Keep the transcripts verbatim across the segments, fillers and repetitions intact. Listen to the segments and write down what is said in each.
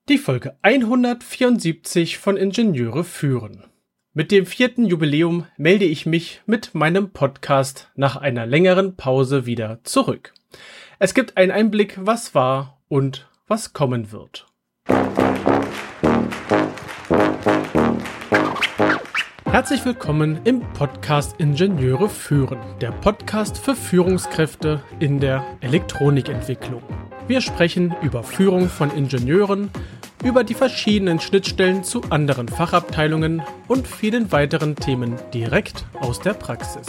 Die Folge hundertvierundsiebzig von Ingenieure führen. Mit dem vierten Jubiläum melde ich mich mit meinem Podcast nach einer längeren Pause wieder zurück. Es gibt einen Einblick, was war und was kommen wird. Herzlich willkommen im Podcast Ingenieure führen, der Podcast für Führungskräfte in der Elektronikentwicklung. Wir sprechen über Führung von Ingenieuren, über die verschiedenen Schnittstellen zu anderen Fachabteilungen und vielen weiteren Themen direkt aus der Praxis.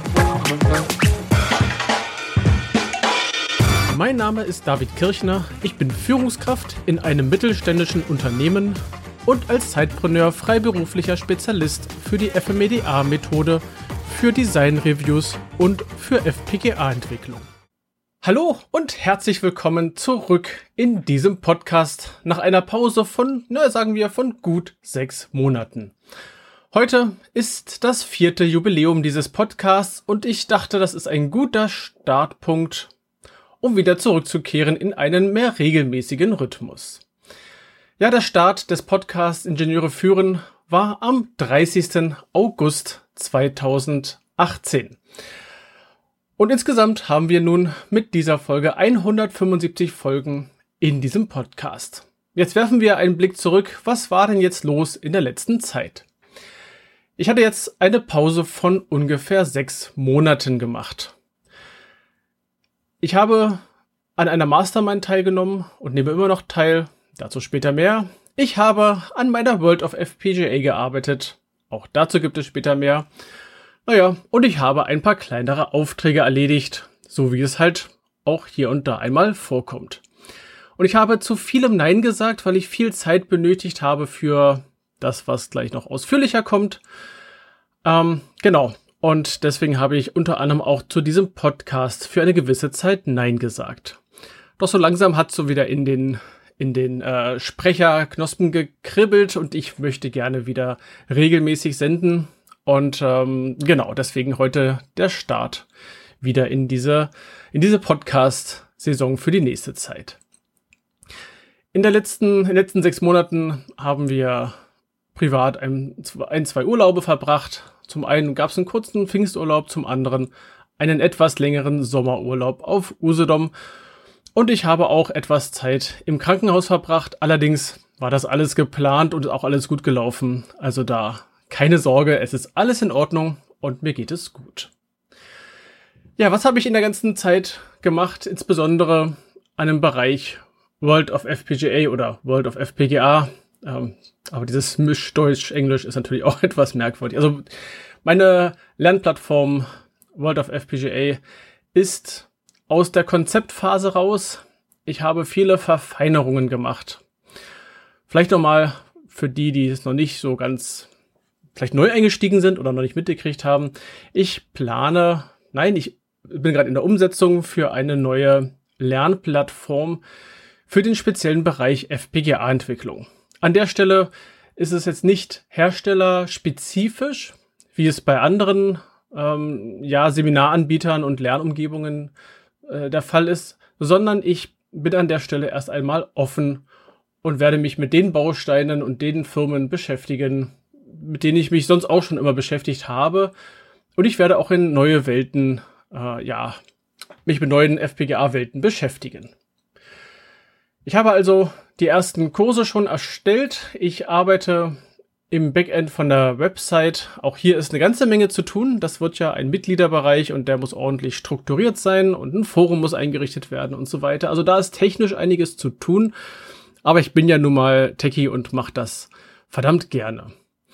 Mein Name ist David Kirchner, ich bin Führungskraft in einem mittelständischen Unternehmen und als Zeitpreneur freiberuflicher Spezialist für die F M E D A-Methode, für Design-Reviews und für F P G A-Entwicklung. Hallo und herzlich willkommen zurück in diesem Podcast nach einer Pause von, na sagen wir, von gut sechs Monaten. Heute ist das vierte Jubiläum dieses Podcasts und ich dachte, das ist ein guter Startpunkt, um wieder zurückzukehren in einen mehr regelmäßigen Rhythmus. Ja, der Start des Podcasts Ingenieure führen war am dreißigsten August zweitausendachtzehn. Und insgesamt haben wir nun mit dieser Folge hundertfünfundsiebzig Folgen in diesem Podcast. Jetzt werfen wir einen Blick zurück. Was war denn jetzt los in der letzten Zeit? Ich hatte jetzt eine Pause von ungefähr sechs Monaten gemacht. Ich habe an einer Mastermind teilgenommen und nehme immer noch teil. Dazu später mehr. Ich habe an meiner World of F P G A gearbeitet. Auch dazu gibt es später mehr. Naja, und ich habe ein paar kleinere Aufträge erledigt, so wie es halt auch hier und da einmal vorkommt. Und ich habe zu vielem Nein gesagt, weil ich viel Zeit benötigt habe für das, was gleich noch ausführlicher kommt. Ähm, genau. Und deswegen habe ich unter anderem auch zu diesem Podcast für eine gewisse Zeit Nein gesagt. Doch so langsam hat es so wieder in den in den äh, Sprecherknospen gekribbelt und ich möchte gerne wieder regelmäßig senden. Und ähm, genau, deswegen heute der Start wieder in diese, in diese Podcast-Saison für die nächste Zeit. In der letzten, in den letzten sechs Monaten haben wir privat ein, ein zwei Urlaube verbracht. Zum einen gab es einen kurzen Pfingsturlaub, zum anderen einen etwas längeren Sommerurlaub auf Usedom. Und ich habe auch etwas Zeit im Krankenhaus verbracht. Allerdings war das alles geplant und auch alles gut gelaufen. Also da keine Sorge, es ist alles in Ordnung und mir geht es gut. Ja, was habe ich in der ganzen Zeit gemacht? Insbesondere an dem Bereich World of F P G A oder World of F P G A. Ähm, aber dieses Mischdeutsch-Englisch ist natürlich auch etwas merkwürdig. Also meine Lernplattform World of F P G A ist aus der Konzeptphase raus. Ich habe viele Verfeinerungen gemacht. Vielleicht nochmal für die, die es noch nicht so ganz vielleicht neu eingestiegen sind oder noch nicht mitgekriegt haben. Ich plane, nein, ich bin gerade in der Umsetzung für eine neue Lernplattform für den speziellen Bereich F P G A-Entwicklung. An der Stelle ist es jetzt nicht herstellerspezifisch, wie es bei anderen ähm, ja, Seminaranbietern und Lernumgebungen äh, der Fall ist, sondern ich bin an der Stelle erst einmal offen und werde mich mit den Bausteinen und den Firmen beschäftigen, mit denen ich mich sonst auch schon immer beschäftigt habe. Und ich werde auch in neue Welten, äh, ja, mich mit neuen F P G A-Welten beschäftigen. Ich habe also die ersten Kurse schon erstellt. Ich arbeite im Backend von der Website. Auch hier ist eine ganze Menge zu tun. Das wird ja ein Mitgliederbereich und der muss ordentlich strukturiert sein und ein Forum muss eingerichtet werden und so weiter. Also da ist technisch einiges zu tun. Aber ich bin ja nun mal Techie und mache das verdammt gerne.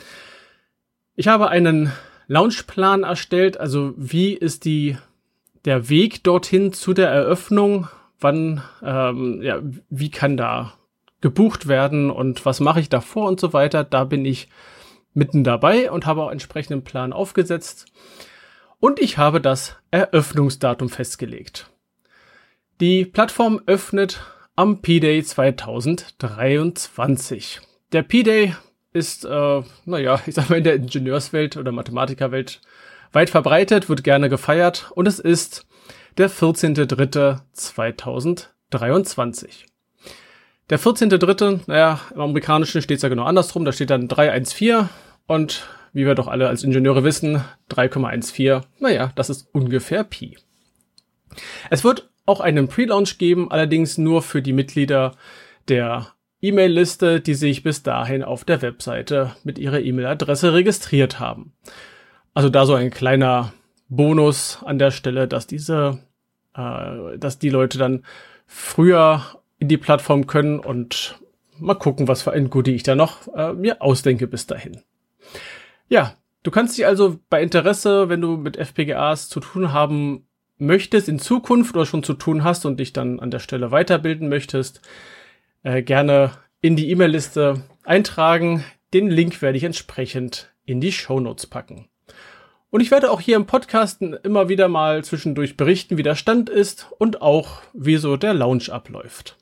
Ich habe einen Launchplan erstellt, also wie ist die, der Weg dorthin zu der Eröffnung, wann, ähm, ja, wie kann da gebucht werden und was mache ich davor und so weiter. Da bin ich mitten dabei und habe auch entsprechenden Plan aufgesetzt. Und ich habe das Eröffnungsdatum festgelegt. Die Plattform öffnet am P-Day zweitausenddreiundzwanzig. Der P-Day ist, äh, naja, ich sag mal in der Ingenieurswelt oder Mathematikerwelt weit verbreitet, wird gerne gefeiert und es ist der vierzehnter dritter zweitausenddreiundzwanzig. Der vierzehnter dritte, naja, im Amerikanischen steht es ja genau andersrum, da steht dann drei eins vier und wie wir doch alle als Ingenieure wissen, drei Komma vierzehn, naja, das ist ungefähr Pi. Es wird auch einen Pre-Launch geben, allerdings nur für die Mitglieder der E-Mail-Liste, die sich bis dahin auf der Webseite mit ihrer E-Mail-Adresse registriert haben. Also da so ein kleiner Bonus an der Stelle, dass diese, äh, dass die Leute dann früher in die Plattform können und mal gucken, was für ein Goodie ich da noch äh, mir ausdenke bis dahin. Ja, du kannst dich also bei Interesse, wenn du mit F P G As zu tun haben möchtest, in Zukunft oder schon zu tun hast und dich dann an der Stelle weiterbilden möchtest, äh, gerne in die E-Mail-Liste eintragen. Den Link werde ich entsprechend in die Shownotes packen. Und ich werde auch hier im Podcast immer wieder mal zwischendurch berichten, wie der Stand ist und auch, wie so der Launch abläuft.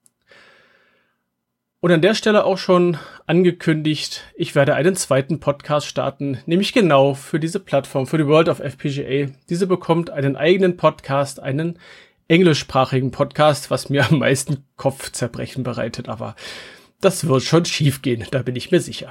Und an der Stelle auch schon angekündigt, ich werde einen zweiten Podcast starten, nämlich genau für diese Plattform, für die World of F P G A. Diese bekommt einen eigenen Podcast, einen englischsprachigen Podcast, was mir am meisten Kopfzerbrechen bereitet, aber das wird schon schief gehen, da bin ich mir sicher.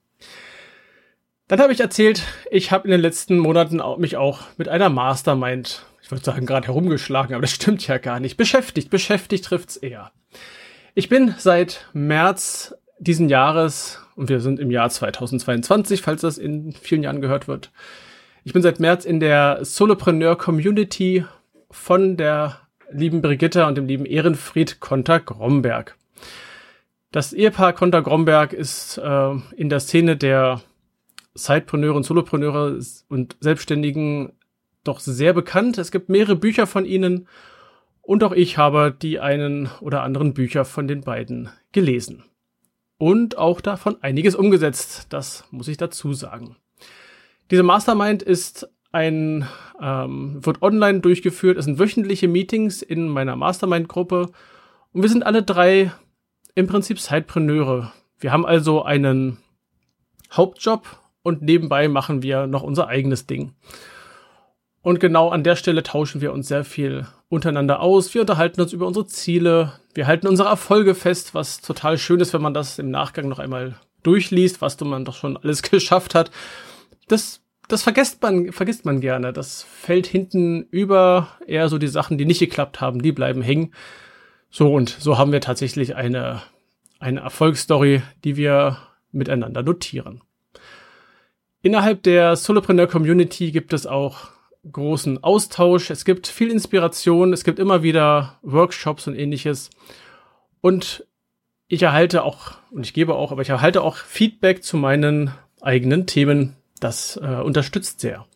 Dann habe ich erzählt, ich habe in den letzten Monaten auch, mich auch mit einer Mastermind, ich würde sagen gerade herumgeschlagen, aber das stimmt ja gar nicht, beschäftigt, beschäftigt trifft's eher. Ich bin seit März diesen Jahres, und wir sind im Jahr zweitausendzweiundzwanzig, falls das in vielen Jahren gehört wird, ich bin seit März in der Solopreneur Community von der lieben Brigitta und dem lieben Ehrenfried Konter-Gromberg. Das Ehepaar Konter-Gromberg ist äh, in der Szene der Sidepreneure und Solopreneure und Selbstständigen doch sehr bekannt. Es gibt mehrere Bücher von ihnen und auch ich habe die einen oder anderen Bücher von den beiden gelesen. Und auch davon einiges umgesetzt, das muss ich dazu sagen. Diese Mastermind ist ein, ähm, wird online durchgeführt, es sind wöchentliche Meetings in meiner Mastermind-Gruppe und wir sind alle drei im Prinzip Sidepreneure. Wir haben also einen Hauptjob und nebenbei machen wir noch unser eigenes Ding. Und genau an der Stelle tauschen wir uns sehr viel untereinander aus. Wir unterhalten uns über unsere Ziele. Wir halten unsere Erfolge fest, was total schön ist, wenn man das im Nachgang noch einmal durchliest, was man doch schon alles geschafft hat. Das, das vergisst man, vergisst man gerne. Das fällt hinten über, eher so die Sachen, die nicht geklappt haben, die bleiben hängen. So, und so haben wir tatsächlich eine, eine Erfolgsstory, die wir miteinander notieren. Innerhalb der Solopreneur Community gibt es auch großen Austausch. Es gibt viel Inspiration. Es gibt immer wieder Workshops und ähnliches. Und ich erhalte auch, und ich gebe auch, aber ich erhalte auch Feedback zu meinen eigenen Themen. Das äh, unterstützt sehr.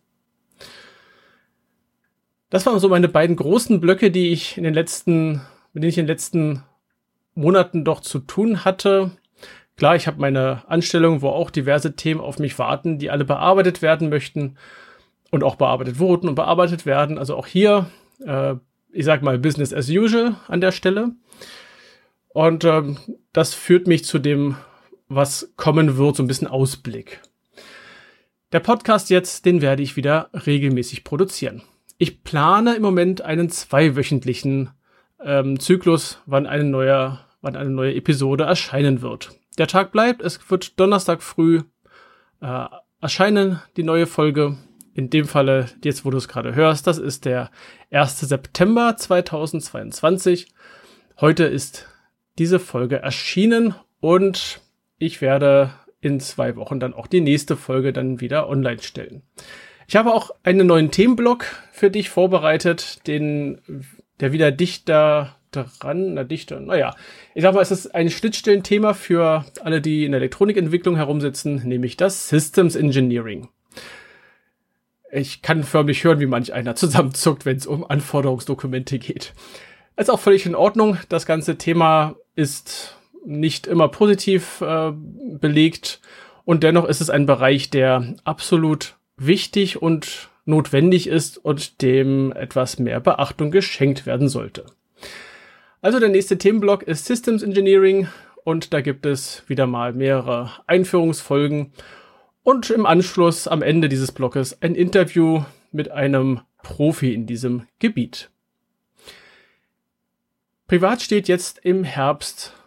Das waren so meine beiden großen Blöcke, die ich in den letzten, mit denen ich in den letzten Monaten doch zu tun hatte. Klar, ich habe meine Anstellung, wo auch diverse Themen auf mich warten, die alle bearbeitet werden möchten und auch bearbeitet wurden und bearbeitet werden. Also auch hier, äh, ich sag mal, Business as usual an der Stelle. Und ähm, das führt mich zu dem, was kommen wird, so ein bisschen Ausblick. Der Podcast jetzt, den werde ich wieder regelmäßig produzieren. Ich plane im Moment einen zweiwöchentlichen ähm, Zyklus, wann eine neue, wann eine neue Episode erscheinen wird. Der Tag bleibt, es wird Donnerstag früh äh, erscheinen, die neue Folge. In dem Falle, jetzt wo du es gerade hörst, das ist der erster September zweitausendzweiundzwanzig. Heute ist diese Folge erschienen und ich werde in zwei Wochen dann auch die nächste Folge dann wieder online stellen. Ich habe auch einen neuen Themenblock für dich vorbereitet, den, der wieder dichter dran, na dichter, naja, ich sag mal, es ist ein Schnittstellenthema für alle, die in der Elektronikentwicklung herumsitzen, nämlich das Systems Engineering. Ich kann förmlich hören, wie manch einer zusammenzuckt, wenn es um Anforderungsdokumente geht. Ist auch völlig in Ordnung. Das ganze Thema ist nicht immer positiv äh, belegt und dennoch ist es ein Bereich, der absolut wichtig und notwendig ist und dem etwas mehr Beachtung geschenkt werden sollte. Also der nächste Themenblock ist Systems Engineering und da gibt es wieder mal mehrere Einführungsfolgen und im Anschluss am Ende dieses Blockes ein Interview mit einem Profi in diesem Gebiet. Privat steht jetzt im Herbst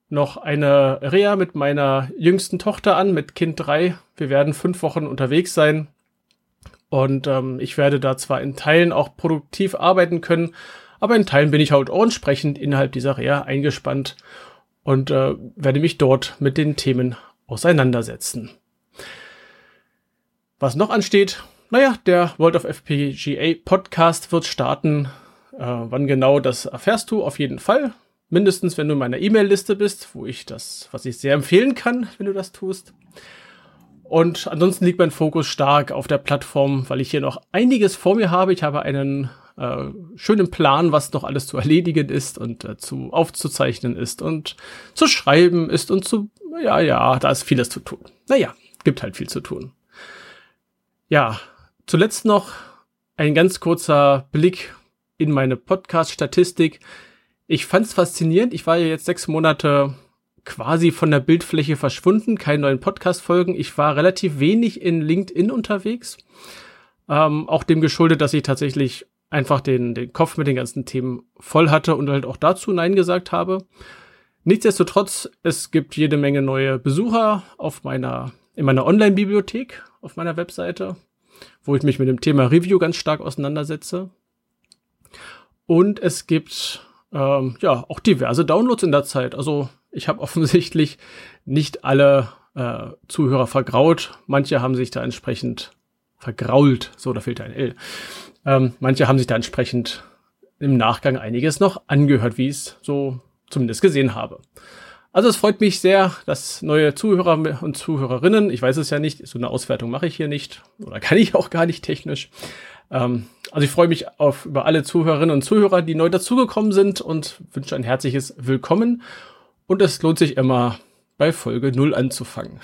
noch eine Reha mit meiner jüngsten Tochter an, mit Kind drei. Wir werden fünf Wochen unterwegs sein und ähm, ich werde da zwar in Teilen auch produktiv arbeiten können, aber in Teilen bin ich halt auch entsprechend innerhalb dieser Reha eingespannt und äh, werde mich dort mit den Themen auseinandersetzen. Was noch ansteht, naja, der World of F P G A Podcast wird starten. Äh, wann genau, das erfährst du auf jeden Fall. Mindestens, wenn du in meiner E-Mail-Liste bist, wo ich das, was ich sehr empfehlen kann, wenn du das tust. Und ansonsten liegt mein Fokus stark auf der Plattform, weil ich hier noch einiges vor mir habe. Ich habe einen äh, schönen Plan, was noch alles zu erledigen ist und äh, zu aufzuzeichnen ist und zu schreiben ist und zu, ja, ja, da ist vieles zu tun. Naja, gibt halt viel zu tun. Ja, zuletzt noch ein ganz kurzer Blick in meine Podcast-Statistik. Ich fand es faszinierend. Ich war ja jetzt sechs Monate quasi von der Bildfläche verschwunden, keine neuen Podcast-Folgen. Ich war relativ wenig in LinkedIn unterwegs. Ähm, auch dem geschuldet, dass ich tatsächlich einfach den, den Kopf mit den ganzen Themen voll hatte und halt auch dazu Nein gesagt habe. Nichtsdestotrotz, es gibt jede Menge neue Besucher auf meiner, in meiner Online-Bibliothek, auf meiner Webseite, wo ich mich mit dem Thema Review ganz stark auseinandersetze. Und es gibt Ähm, ja, auch diverse Downloads in der Zeit. Also ich habe offensichtlich nicht alle äh, Zuhörer vergrault. Manche haben sich da entsprechend vergrault. So, da fehlt ein L. Ähm, manche haben sich da entsprechend im Nachgang einiges noch angehört, wie ich es so zumindest gesehen habe. Also es freut mich sehr, dass neue Zuhörer und Zuhörerinnen, ich weiß es ja nicht, so eine Auswertung mache ich hier nicht oder kann ich auch gar nicht technisch. Ähm, also ich freue mich auf über alle Zuhörerinnen und Zuhörer, die neu dazugekommen sind und wünsche ein herzliches Willkommen. Und es lohnt sich immer, bei Folge null anzufangen.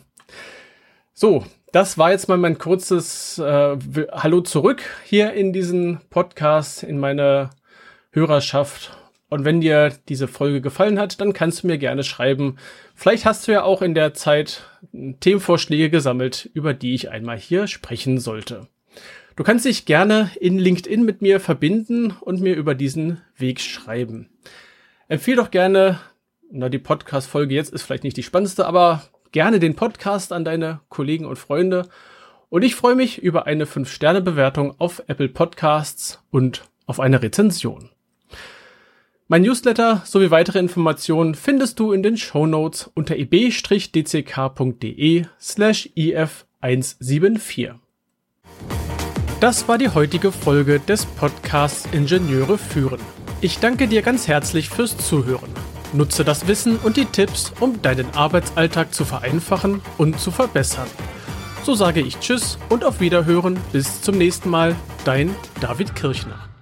So, das war jetzt mal mein kurzes äh, Hallo zurück hier in diesen Podcast, in meine Hörerschaft. Und wenn dir diese Folge gefallen hat, dann kannst du mir gerne schreiben. Vielleicht hast du ja auch in der Zeit Themenvorschläge gesammelt, über die ich einmal hier sprechen sollte. Du kannst dich gerne in LinkedIn mit mir verbinden und mir über diesen Weg schreiben. Empfehle doch gerne, na, die Podcast-Folge jetzt ist vielleicht nicht die spannendste, aber gerne den Podcast an deine Kollegen und Freunde. Und ich freue mich über eine fünf Sterne Bewertung auf Apple Podcasts und auf eine Rezension. Mein Newsletter sowie weitere Informationen findest du in den Shownotes unter eb-dck.de slash if eins sieben vier. Das war die heutige Folge des Podcasts Ingenieure führen. Ich danke dir ganz herzlich fürs Zuhören. Nutze das Wissen und die Tipps, um deinen Arbeitsalltag zu vereinfachen und zu verbessern. So sage ich Tschüss und auf Wiederhören. Bis zum nächsten Mal. Dein David Kirchner.